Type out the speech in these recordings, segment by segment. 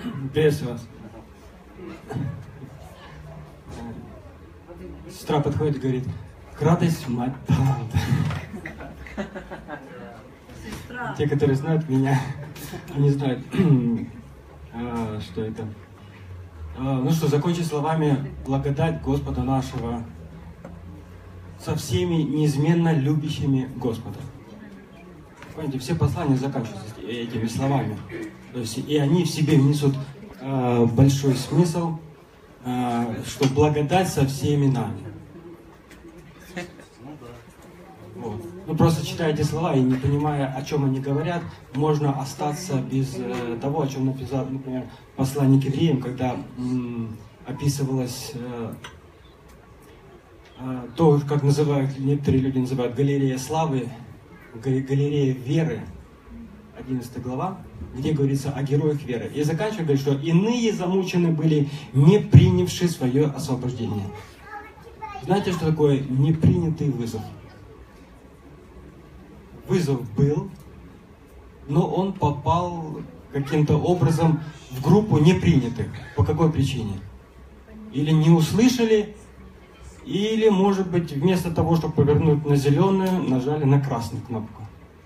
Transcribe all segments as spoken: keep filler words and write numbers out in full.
Приветствую вас. Сестра подходит и говорит: к радости мать таланта. Те, которые знают меня, они знают, что это. Ну что, закончить словами: благодать Господа нашего со всеми неизменно любящими Господа. Понимаете, все послания заканчиваются этими словами. То есть и они в себе несут э, большой смысл, э, что благодать со всеми нами. Вот. Ну просто читая эти слова и не понимая, о чем они говорят, можно остаться без э, того, о чем написал, например, послание к евреям, когда м, описывалось э, э, то, как называют, некоторые люди называют галерея славы, галерея веры, одиннадцатая глава, где говорится о героях веры. И заканчивает, говорит, что иные замучены были, не принявшие свое освобождение. Знаете, что такое непринятый вызов? Вызов был, но он попал каким-то образом в группу непринятых. По какой причине? Или не услышали, или, может быть, вместо того, чтобы повернуть на зеленую, нажали на красную кнопку.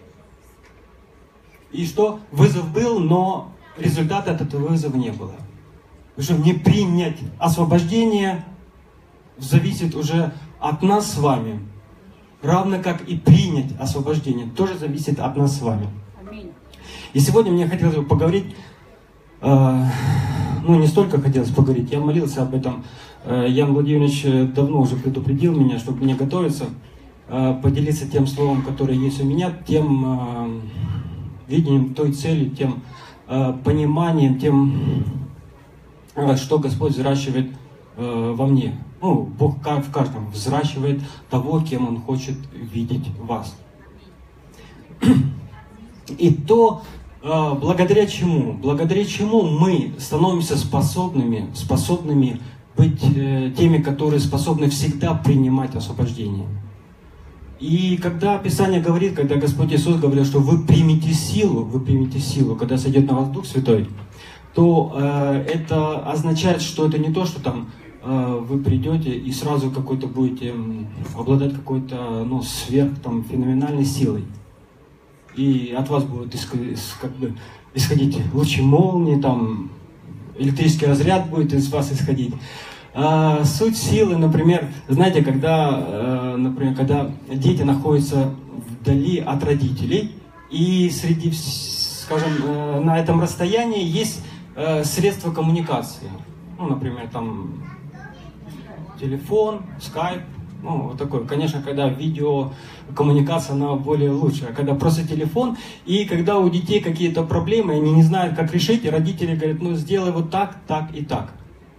И что? Вызов был, но результата от этого вызова не было. Потому что не принять освобождение зависит уже от нас с вами. Равно как и принять освобождение тоже зависит от нас с вами. И сегодня мне хотелось бы поговорить, э, ну не столько хотелось поговорить, я молился об этом. Э, Ян Владимирович давно уже предупредил меня, чтобы мне готовиться, э, поделиться тем словом, которое есть у меня, тем э, видением той цели, тем э, пониманием, тем, э, что Господь взращивает э, во мне. Ну, Бог в каждом взращивает того, кем Он хочет видеть вас. И то, э, благодаря чему? Благодаря чему мы становимся способными, способными быть э, теми, которые способны всегда принимать освобождение. И когда Писание говорит, когда Господь Иисус говорил, что вы примете силу, вы примете силу, когда сойдет на вас Дух Святой, то э, это означает, что это не то, что там э, вы придете и сразу какой-то будете обладать какой-то, ну, сверх, там, феноменальной силой. И от вас будут как бы исходить лучи молнии, там, электрический разряд будет из вас исходить. А, суть силы, например, знаете, когда, э, например, когда дети находятся вдали от родителей, и среди, скажем, э, на этом расстоянии есть э, средства коммуникации. Ну, например, там телефон, скайп, ну, вот такой. Конечно, когда видеокоммуникация, она более лучшая. Когда просто телефон, и когда у детей какие-то проблемы, они не знают, как решить, и родители говорят: ну, сделай вот так, так и так.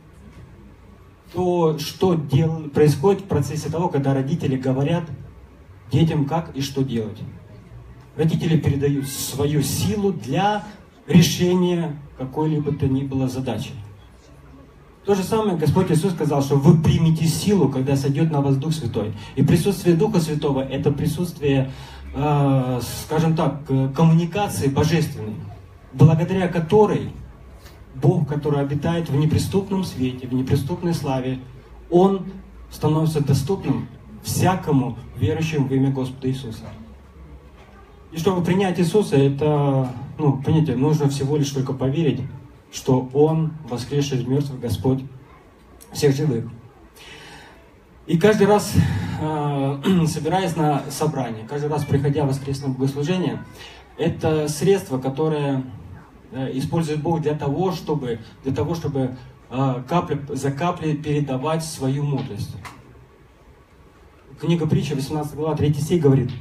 То, что дел... происходит в процессе того, когда родители говорят детям, как и что делать. Родители передают свою силу для решения какой-либо то ни было задачи. То же самое Господь Иисус сказал, что вы примете силу, когда сойдет на вас Дух Святой. И присутствие Духа Святого — это присутствие, э, скажем так, коммуникации божественной, благодаря которой Бог, который обитает в неприступном свете, в неприступной славе, Он становится доступным всякому верующему в имя Господа Иисуса. И чтобы принять Иисуса, это, ну, понимаете, нужно всего лишь только поверить, что Он, воскресший из мертвых Господь всех живых. И каждый раз, э, собираясь на собрание, каждый раз приходя в воскресное богослужение, это средство, которое использует Бог для того, чтобы, для того, чтобы э, капля за каплей передавать свою мудрость. Книга Притча, восемнадцатая глава, третий стих говорит: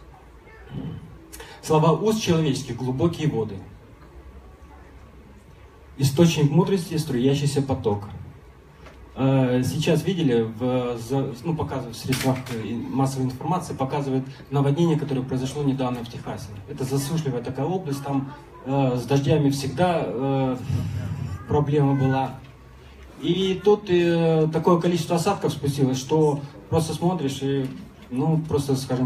«Слова уст человеческих — глубокие воды, источник мудрости — струящийся поток». Э, сейчас видели, в, ну, показывают в средствах массовой информации, показывают наводнение, которое произошло недавно в Техасе. Это засушливая такая область, там с дождями всегда э, проблема была. И тут э, такое количество осадков спустилось, что просто смотришь и, ну, просто, скажем как,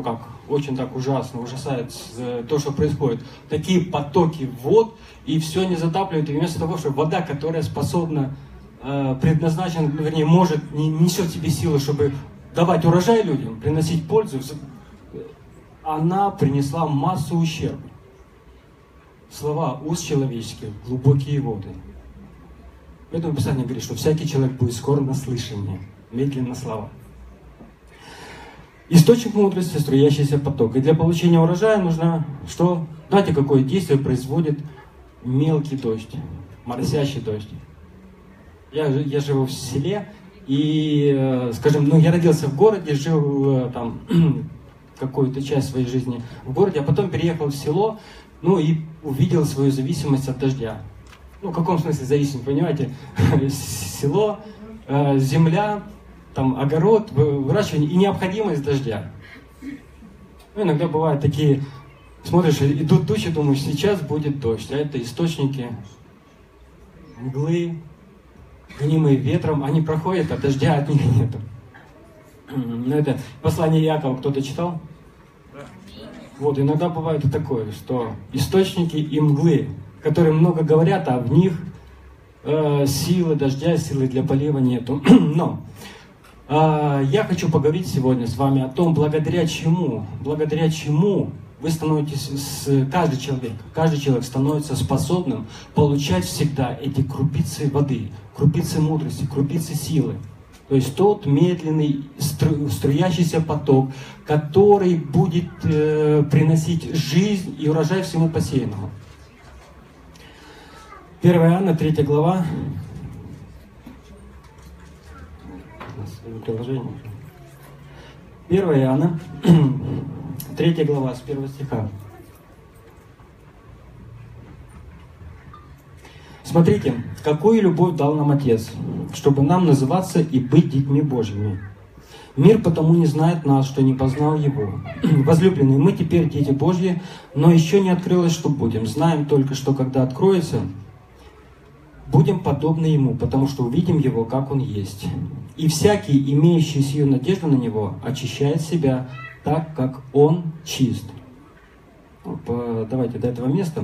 очень так ужасно, ужасает то, что происходит. Такие потоки вод, и все не затапливают, и вместо того, чтобы вода, которая способна, э, предназначена, вернее, может, не, несет в себе силы, чтобы давать урожай людям, приносить пользу, она принесла массу ущерба. Слова уст человеческих, глубокие воды. Поэтому Писание говорит, что всякий человек будет скор на слышание, медленно слова. Источник мудрости, струящийся поток. И для получения урожая нужно что? Знаете, какое действие производит мелкий дождь, моросящий дождь. Я, я живу в селе, и, скажем, ну, я родился в городе, жил там какую-то часть своей жизни в городе, а потом переехал в село, ну и увидел свою зависимость от дождя. Ну, в каком смысле зависимость, понимаете? Село, земля, там, огород, выращивание и необходимость дождя. Ну, иногда бывают такие, смотришь, идут тучи, думаешь, сейчас будет дождь, а это источники мглы, гонимые ветром, они проходят, а дождя от них нету. Ну, это послание Иакова кто-то читал? Вот, иногда бывает и такое, что источники и мглы, которые много говорят, а в них э, силы дождя, силы для полива нету. Но э, я хочу поговорить сегодня с вами о том, благодаря чему, благодаря чему вы становитесь, с, каждый человек, каждый человек становится способным получать всегда эти крупицы воды, крупицы мудрости, крупицы силы. То есть тот медленный, стру, струящийся поток, который будет э, приносить жизнь и урожай всему посеянному. первое Иоанна, третья глава. первое Иоанна, третья глава, с первого стиха. Смотрите, какую любовь дал нам Отец, чтобы нам называться и быть детьми Божьими. Мир потому не знает нас, что не познал Его. Возлюбленные, мы теперь дети Божьи, но еще не открылось, что будем. Знаем только, что когда откроется, будем подобны Ему, потому что увидим Его, как Он есть. И всякий, имеющий сию надежду на Него, очищает себя так, как Он чист. Давайте до этого места.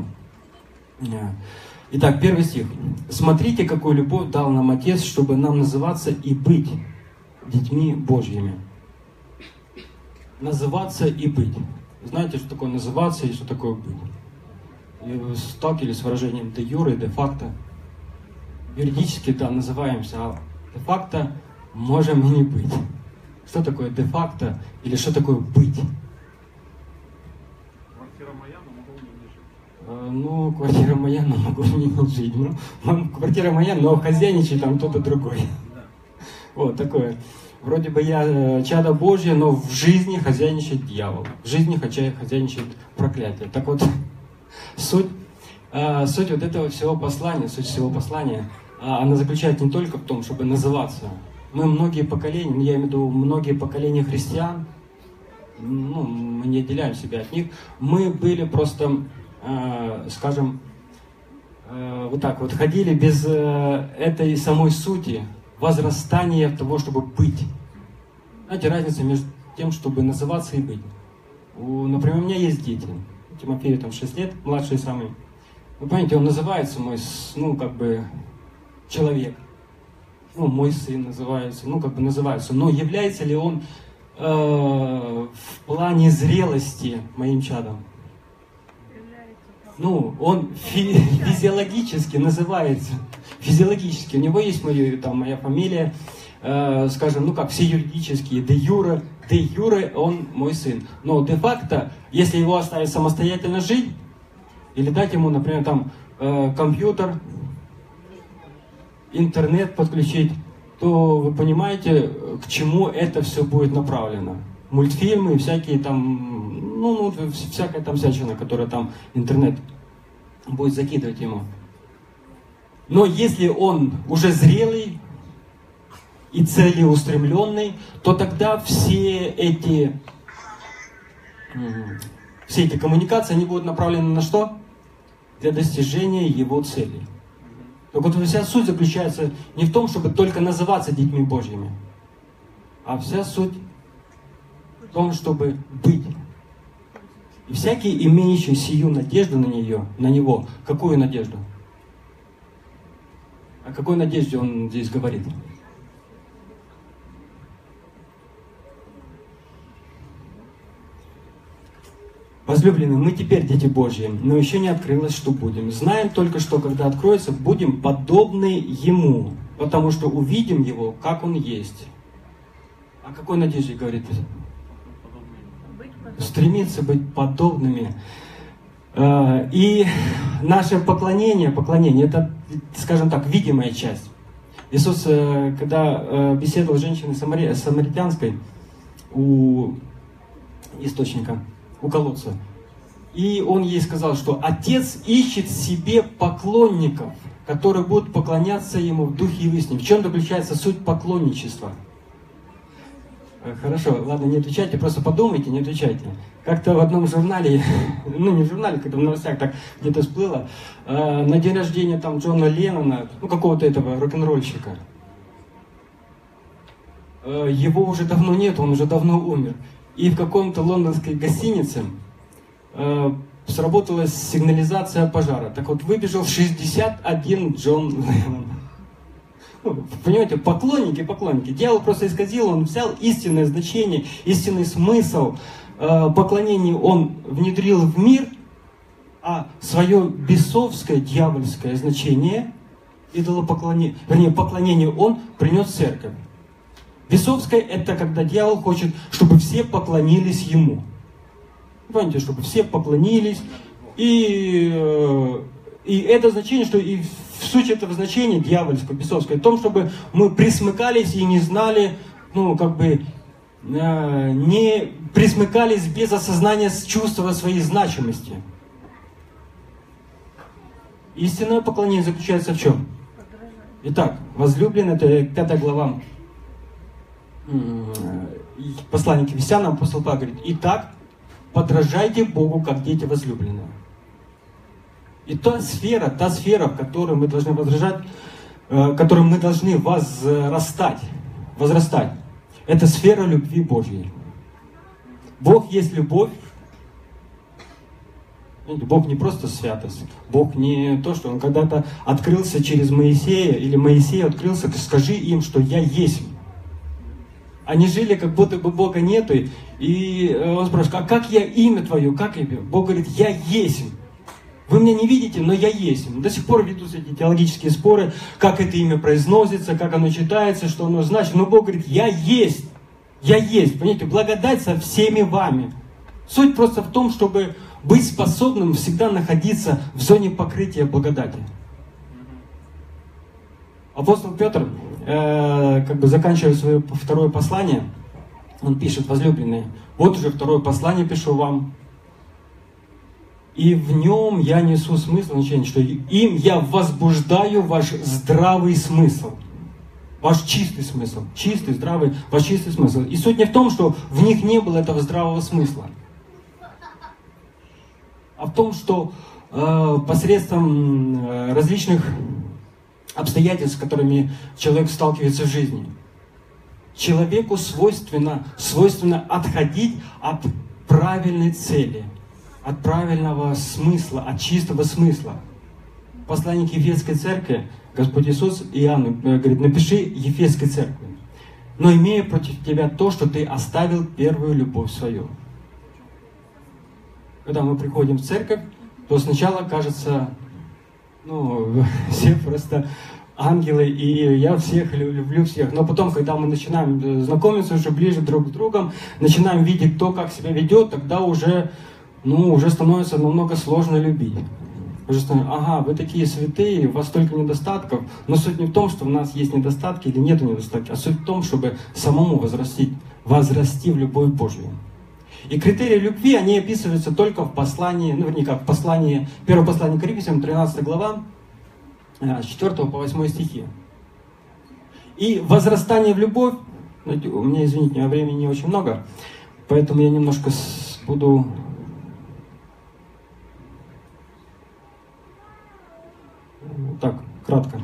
Итак, первый стих. «Смотрите, какую любовь дал нам Отец, чтобы нам называться и быть детьми Божьими». Называться и быть. Знаете, что такое называться и что такое быть? И вы сталкивались с выражением де юре и де факто. Юридически, да, называемся, а де факто можем и не быть. Что такое де факто или что такое быть? Ну, квартира моя, но могу в ней не жить. Ну, квартира моя, но хозяйничает там кто-то другой. Вот такое. Вроде бы я чадо Божье, но в жизни хозяйничает дьявол. В жизни хозяйничает проклятие. Так вот, суть, суть вот этого всего послания, суть всего послания, она заключается не только в том, чтобы называться. Мы многие поколения, я имею в виду многие поколения христиан, ну, мы не отделяем себя от них, мы были просто... скажем, вот так вот, ходили без этой самой сути, возрастания того, чтобы быть. Знаете, разница между тем, чтобы называться и быть. У, например, у меня есть дети. Тимофею там шесть лет, младший самый. Вы понимаете, он называется мой, ну, как бы, человек. Ну, мой сын называется, ну, как бы называется. Но является ли он э, в плане зрелости моим чадом? Ну, он фи- физиологически называется, физиологически, у него есть моя, там, моя фамилия, э, скажем, ну как, все юридические, де юре, де юре он мой сын. Но де-факто, если его оставить самостоятельно жить, или дать ему, например, там, э, компьютер, интернет подключить, то вы понимаете, к чему это все будет направлено. Мультфильмы, всякие там, ну, ну, всякая там всячина, которая там интернет будет закидывать ему. Но если он уже зрелый и целеустремленный, то тогда все эти, все эти коммуникации, они будут направлены на что? Для достижения его целей. Так вот, вся суть заключается не в том, чтобы только называться детьми Божьими, а вся суть в том, чтобы быть И всякий, имеющий сию надежду на нее, на него, какую надежду? О какой надежде он здесь говорит? Возлюбленные, мы теперь дети Божьи, но еще не открылось, что будем. Знаем только, что когда откроется, будем подобны Ему, потому что увидим Его, как Он есть. О какой надежде говорит? Стремиться быть подобными. И наше поклонение, поклонение, это, скажем так, видимая часть. Иисус, когда беседовал с женщиной самаритянской у источника, у колодца, и он ей сказал, что Отец ищет себе поклонников, которые будут поклоняться Ему в духе и в истине. В чем заключается суть поклонничества? Хорошо, ладно, не отвечайте, просто подумайте, не отвечайте. Как-то в одном журнале, ну не в журнале, когда в новостях так где-то всплыло, э, на день рождения там Джона Леннона, ну какого-то этого рок-н-ролльщика, э, его уже давно нет, он уже давно умер. И в каком-то лондонской гостинице э, сработала сигнализация пожара. Так вот, выбежал шестьдесят один Джон Леннон. Ну, понимаете, поклонники, поклонники. Дьявол просто исказил, он взял истинное значение, истинный смысл э, поклонения он внедрил в мир, а свое бесовское, дьявольское значение, идолопоклонение, вернее, поклонение он принес в церковь. Бесовское — это когда дьявол хочет, чтобы все поклонились ему. Понимаете, чтобы все поклонились. И, э, и это значение, что и суть этого значения дьявольского, бесовского, в том, чтобы мы присмыкались и не знали, ну, как бы, э, не присмыкались без осознания чувства своей значимости. Истинное поклонение заключается в чем? Итак, возлюбленный, это пятая глава послание к Ефесянам, апостол Павел говорит: итак, подражайте Богу, как дети возлюбленные. И та сфера, та сфера, в которой мы должны возражать, в которой мы должны возрастать, возрастать, это сфера любви Божьей. Бог есть любовь. Бог не просто святость. Бог не то, что Он когда-то открылся через Моисея, или Моисей открылся: скажи им, что я есть. Они жили, как будто бы Бога нету. И он спрашивает: а как я имя Твое, как я? Бог говорит: я есть. Вы меня не видите, но я есть. До сих пор ведутся эти теологические споры, как это имя произносится, как оно читается, что оно значит. Но Бог говорит: я есть. Я есть. Понимаете, благодать со всеми вами. Суть просто в том, чтобы быть способным всегда находиться в зоне покрытия благодати. Апостол Петр, э, как бы заканчивая свое второе послание, он пишет: возлюбленные, вот уже второе послание пишу вам, и в нем я несу смысл, значение, что им я возбуждаю ваш здравый смысл, ваш чистый смысл, чистый, здравый, ваш чистый смысл. И суть не в том, что в них не было этого здравого смысла, а в том, что э, посредством э, различных обстоятельств, с которыми человек сталкивается в жизни, человеку свойственно, свойственно отходить от правильной цели, от правильного смысла, от чистого смысла. Послание к Ефесской церкви, Господь Иисус Иоанну говорит: напиши Ефесской церкви, но имея против тебя то, что ты оставил первую любовь свою. Когда мы приходим в церковь, то сначала кажется, ну, все просто ангелы, и я всех люблю всех. Но потом, когда мы начинаем знакомиться уже ближе друг с другом, начинаем видеть, кто как себя ведет, тогда уже, ну, уже становится намного сложно любить. Уже становится: ага, вы такие святые, у вас столько недостатков. Но суть не в том, что у нас есть недостатки или нет недостатков, а суть в том, чтобы самому возрасти, возрасти в любовь Божью. И критерии любви, они описываются только в послании, ну, вернее, как в послании, первое послание к Коринфянам, тринадцатая глава, с четвёртого по восьмой стихи. И возрастание в любовь, у меня, извините, у меня времени не очень много, поэтому я немножко буду так, кратко.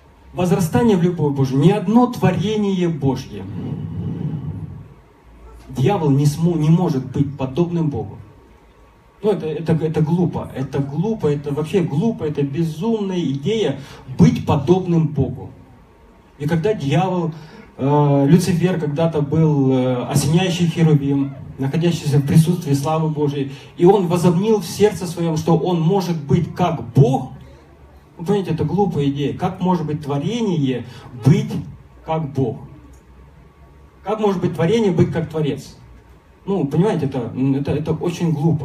Возрастание в любовь Божию. Ни одно творение Божье дьявол не, смог, не может быть подобным Богу. Ну, это, это, это глупо, это глупо, это вообще глупо, это безумная идея быть подобным Богу. И когда дьявол, э, Люцифер когда-то был э, осеняющий херувим, находящийся в присутствии славы Божией, и он возомнил в сердце своем, что он может быть как Бог. Вы понимаете, это глупая идея. Как может быть творение быть как Бог? Как может быть творение быть как Творец? Ну, понимаете, это, это, это очень глупо.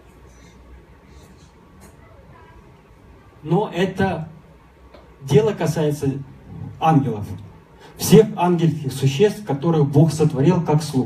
Но это дело касается ангелов. Всех ангельских существ, которых Бог сотворил как слуг.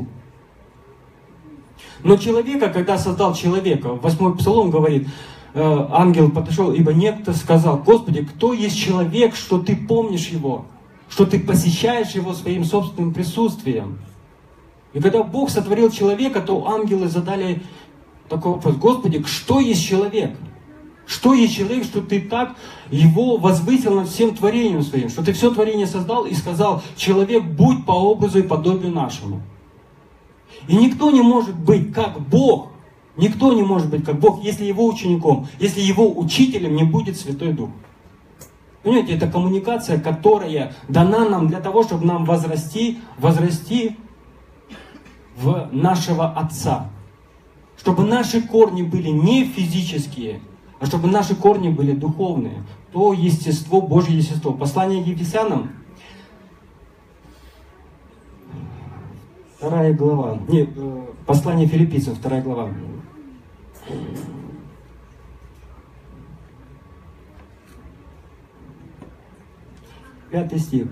Но человека, когда создал человека, восьмой Псалом говорит, э, ангел подошел, ибо некто сказал: Господи, кто есть человек, что ты помнишь его, что ты посещаешь его своим собственным присутствием? И когда Бог сотворил человека, то ангелы задали такой вопрос: Господи, что есть человек? Что есть человек, что ты так его возвысил над всем творением своим, что ты все творение создал и сказал: человек, будь по образу и подобию нашему. И никто не может быть как Бог, никто не может быть как Бог, если его учеником, если его учителем не будет Святой Дух. Понимаете, это коммуникация, которая дана нам для того, чтобы нам возрасти, возрасти в нашего Отца. Чтобы наши корни были не физические, а чтобы наши корни были духовные, то естество, Божье естество. Послание к Ефесянам, вторая глава, не, послание Филиппийцам, вторая глава. Пятый стих.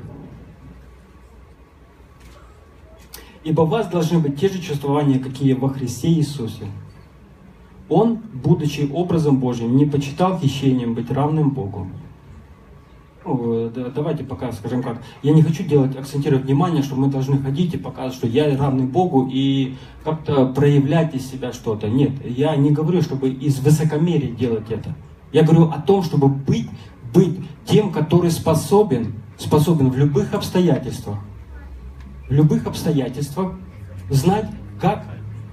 «Ибо у вас должны быть те же чувствования, какие во Христе Иисусе. Он, будучи образом Божьим, не почитал хищением быть равным Богу». Ну, давайте пока скажем как. Я не хочу делать, акцентировать внимание, что мы должны ходить и показывать, что я равный Богу, и как-то проявлять из себя что-то. Нет, я не говорю, чтобы из высокомерия делать это. Я говорю о том, чтобы быть, быть тем, который способен, способен в любых обстоятельствах, в любых обстоятельствах знать, как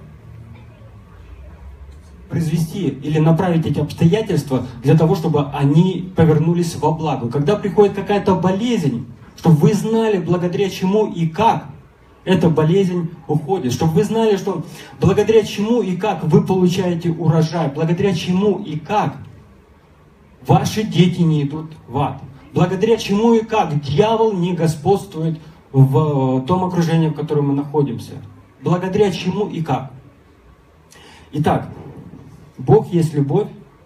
произвести или направить эти обстоятельства для того, чтобы они повернулись во благо. Когда приходит какая-то болезнь, чтобы вы знали, благодаря чему и как эта болезнь уходит. Чтобы вы знали, что благодаря чему и как вы получаете урожай. Благодаря чему и как ваши дети не идут в ад. Благодаря чему и как дьявол не господствует в том окружении, в котором мы находимся. Благодаря чему и как. Итак, Бог есть любовь.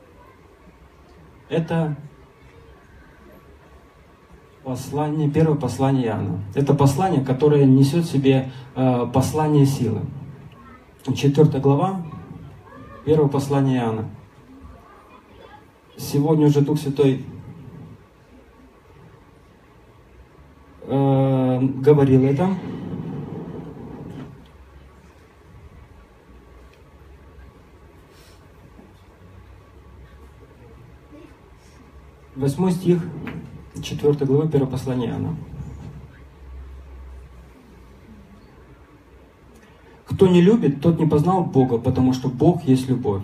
Это послание, первое послание Иоанна. Это послание, которое несет в себе э, послание силы. Четвертая глава, первое послание Иоанна. Сегодня уже Дух Святой э, говорил это. Восьмой стих четвёртой главы первого послания Иоанна. «Кто не любит, тот не познал Бога, потому что Бог есть любовь».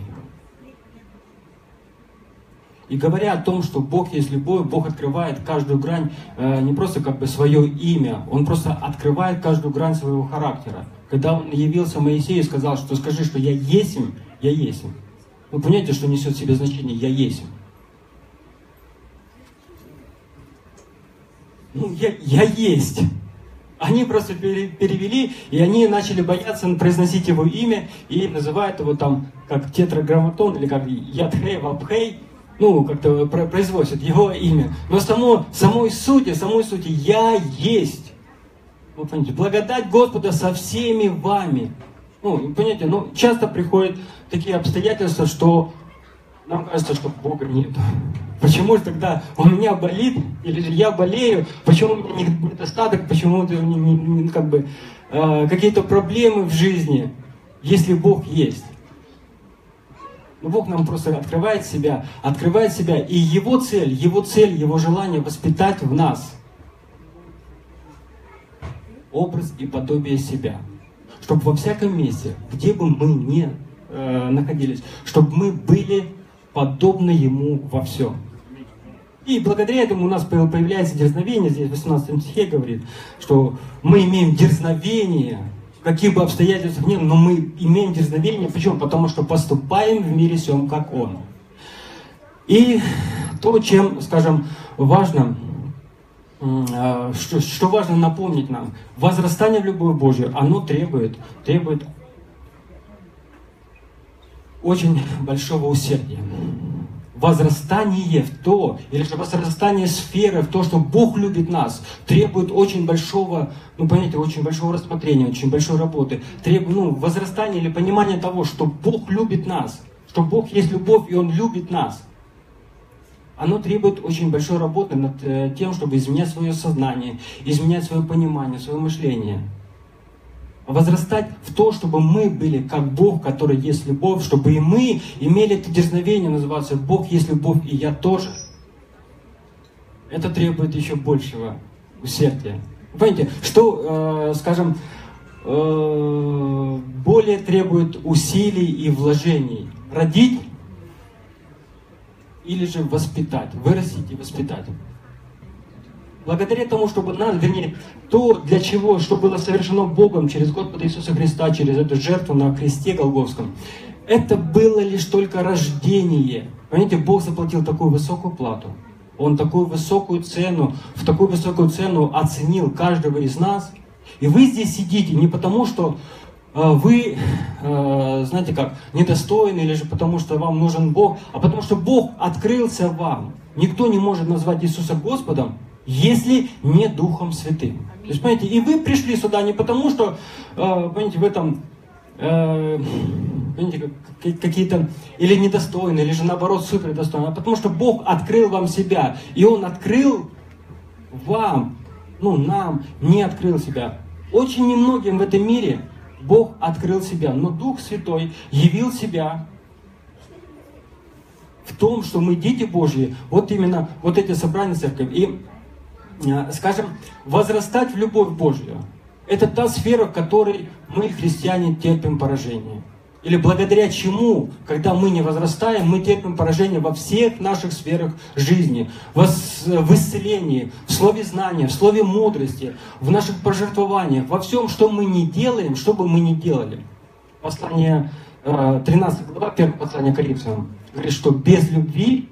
И говоря о том, что Бог есть любовь, Бог открывает каждую грань, э, не просто как бы свое имя, Он просто открывает каждую грань своего характера. Когда Он явился Моисею и сказал, что скажи, что я есмь, я есмь. Вы понимаете, что несет в себе значение «я есмь». Ну, я, я есть. Они просто перевели, и они начали бояться произносить его имя, и называют его там как тетраграмматон, или как Ядхей Вабхей, ну, как-то производят его имя. Но само, самой сути, самой сути, я есть. Вы понимаете, благодать Господа со всеми вами. Ну, понимаете, ну, часто приходят такие обстоятельства, что нам кажется, что Бога нет. Почему же тогда у меня болит, или же я болею, почему у меня недостаток, почему не, не, не, как бы, э, какие-то проблемы в жизни, если Бог есть? Но Бог нам просто открывает себя, открывает себя, и Его цель, Его цель, Его желание воспитать в нас образ и подобие себя. чтобы во всяком месте, где бы мы ни э, находились, чтобы мы были подобны Ему во всем. И благодаря этому у нас появляется дерзновение, здесь в восемнадцатом стихе говорит, что мы имеем дерзновение, в каких бы обстоятельствах ни было, но мы имеем дерзновение. Почему? Потому что поступаем в мире сем, как Он. И то, чем, скажем, важно, что, что важно напомнить нам, возрастание в любовь Божию, оно требует, требует очень большого усердия. Возрастание в то, или же возрастание сферы в то, что Бог любит нас, требует очень большого, ну, понимаете, очень большого рассмотрения, очень большой работы. Требует, ну, возрастания или понимания того, что Бог любит нас, что Бог есть любовь, и Он любит нас. Оно требует очень большой работы над э, тем, чтобы изменять свое сознание, изменять свое понимание, свое мышление. Возрастать в то, чтобы мы были как Бог, который есть любовь, чтобы и мы имели это дерзновение называться «Бог есть любовь, и я тоже». Это требует еще большего усердия. Понимаете, что, э, скажем, э, более требует усилий и вложений? Родить или же воспитать, вырастить и воспитать? Благодаря тому, чтобы нас, вернее, то, для чего, что было совершено Богом через Господа Иисуса Христа, через эту жертву на кресте Голгофском, это было лишь только рождение. Понимаете, Бог заплатил такую высокую плату. Он такую высокую цену, в такую высокую цену оценил каждого из нас. И вы здесь сидите не потому, что э, вы, э, знаете как, недостойны, или же потому, что вам нужен Бог, а потому что Бог открылся вам. Никто не может назвать Иисуса Господом, если не Духом Святым. То есть, понимаете, и вы пришли сюда не потому, что, э, понимаете, в этом, э, понимаете, какие-то, или недостойные, или же наоборот супердостойные, а потому что Бог открыл вам себя, и Он открыл вам, ну, нам не открыл себя. Очень немногим в этом мире Бог открыл себя, но Дух Святой явил себя в том, что мы дети Божьи, вот именно вот эти собрания церкви. И, скажем, возрастать в любовь Божью — это та сфера, в которой мы, христиане, терпим поражение. Или благодаря чему, когда мы не возрастаем, мы терпим поражение во всех наших сферах жизни. В исцелении, в слове знания, в слове мудрости, в наших пожертвованиях, во всем, что мы не делаем, что бы мы ни делали. Послание тринадцатая глава, первое послание Коринфянам, говорит, что без любви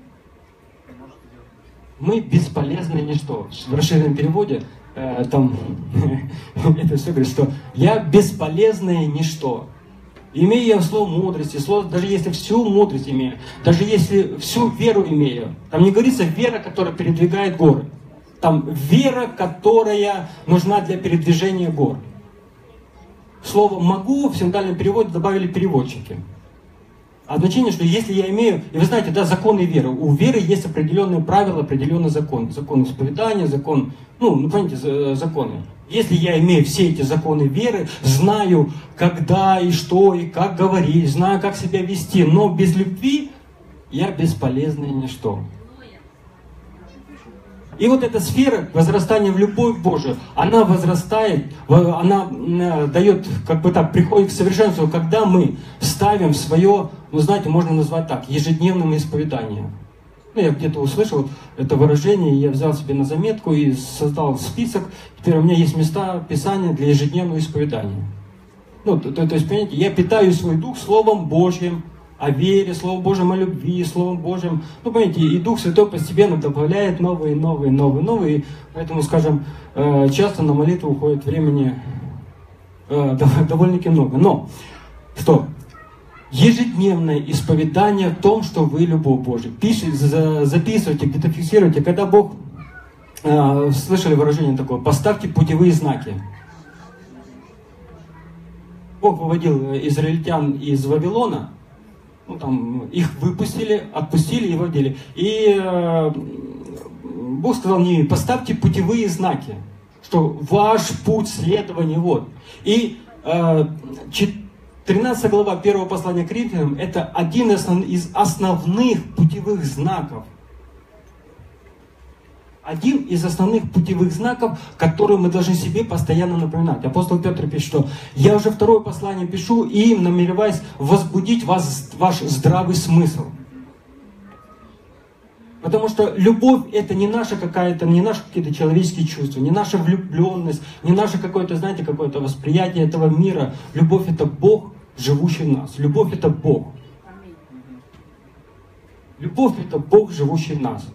мы бесполезны ничто. В расширенном переводе э, там это все говорит, что я бесполезное ничто. Имея я слово мудрости, слово, даже если всю мудрость имею, даже если всю веру имею, там не говорится вера, которая передвигает горы. Там вера, которая нужна для передвижения гор. Слово «могу» в синодальном переводе добавили переводчики. А значение, что если я имею, и вы знаете, да, законы веры. У веры есть определенные правила, определенный закон. Закон исповедания, закон, ну, ну, понимаете, законы. Если я имею все эти законы веры, знаю, когда и что, и как говорить, знаю, как себя вести, но без любви я бесполезное ничто. И вот эта сфера возрастания в любовь Божию, она возрастает, она дает, как бы так, приходит к совершенству, когда мы ставим свое, ну знаете, можно назвать так, ежедневным исповеданием. Ну, я где-то услышал это выражение, я взял себе на заметку и создал список. Теперь у меня есть места Писания для ежедневного исповедания. Ну, то, то, то есть, понимаете, я питаю свой дух Словом Божьим, о вере, Словом Божьим, о любви, Словом Божьим. Ну, понимаете, и Дух Святой постепенно добавляет новые, новые, новые, новые. Поэтому, скажем, часто на молитву уходит времени довольно-таки много. Но, что? Ежедневное исповедание в том, что вы любовь Божия. Пишите, записывайте, где-то фиксируйте. Когда Бог, слышали выражение такое, поставьте путевые знаки. Бог выводил израильтян из Вавилона, ну, там, их выпустили, отпустили и выводили. И э, Бог сказал мне, поставьте путевые знаки, что ваш путь следования вот. И э, тринадцатая глава первого послания к Коринфянам — это один из основных путевых знаков. один из основных путевых знаков, которые мы должны себе постоянно напоминать. Апостол Петр пишет, что я уже второе послание пишу и намереваюсь возбудить вас, ваш здравый смысл. Потому что любовь это не наша какая-то, не наши какие-то человеческие чувства, не наша влюбленность, не наше какое-то, знаете, какое-то восприятие этого мира. Любовь это Бог, живущий в нас. Любовь это Бог. Любовь это Бог, живущий в нас.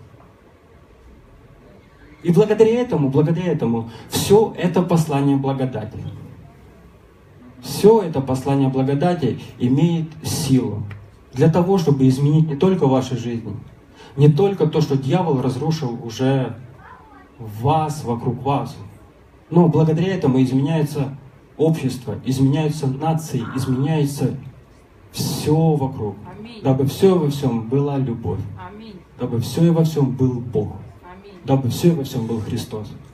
И благодаря этому, благодаря этому, все это послание благодати. Все это послание благодати имеет силу для того, чтобы изменить не только вашу жизнь, не только то, что дьявол разрушил уже в вас, вокруг вас, но благодаря этому изменяется общество, изменяются нации, изменяется все вокруг. Аминь. Дабы все во всем была любовь. Аминь. Дабы все и во всем был Бог. Аминь. Дабы все и во всем был Христос.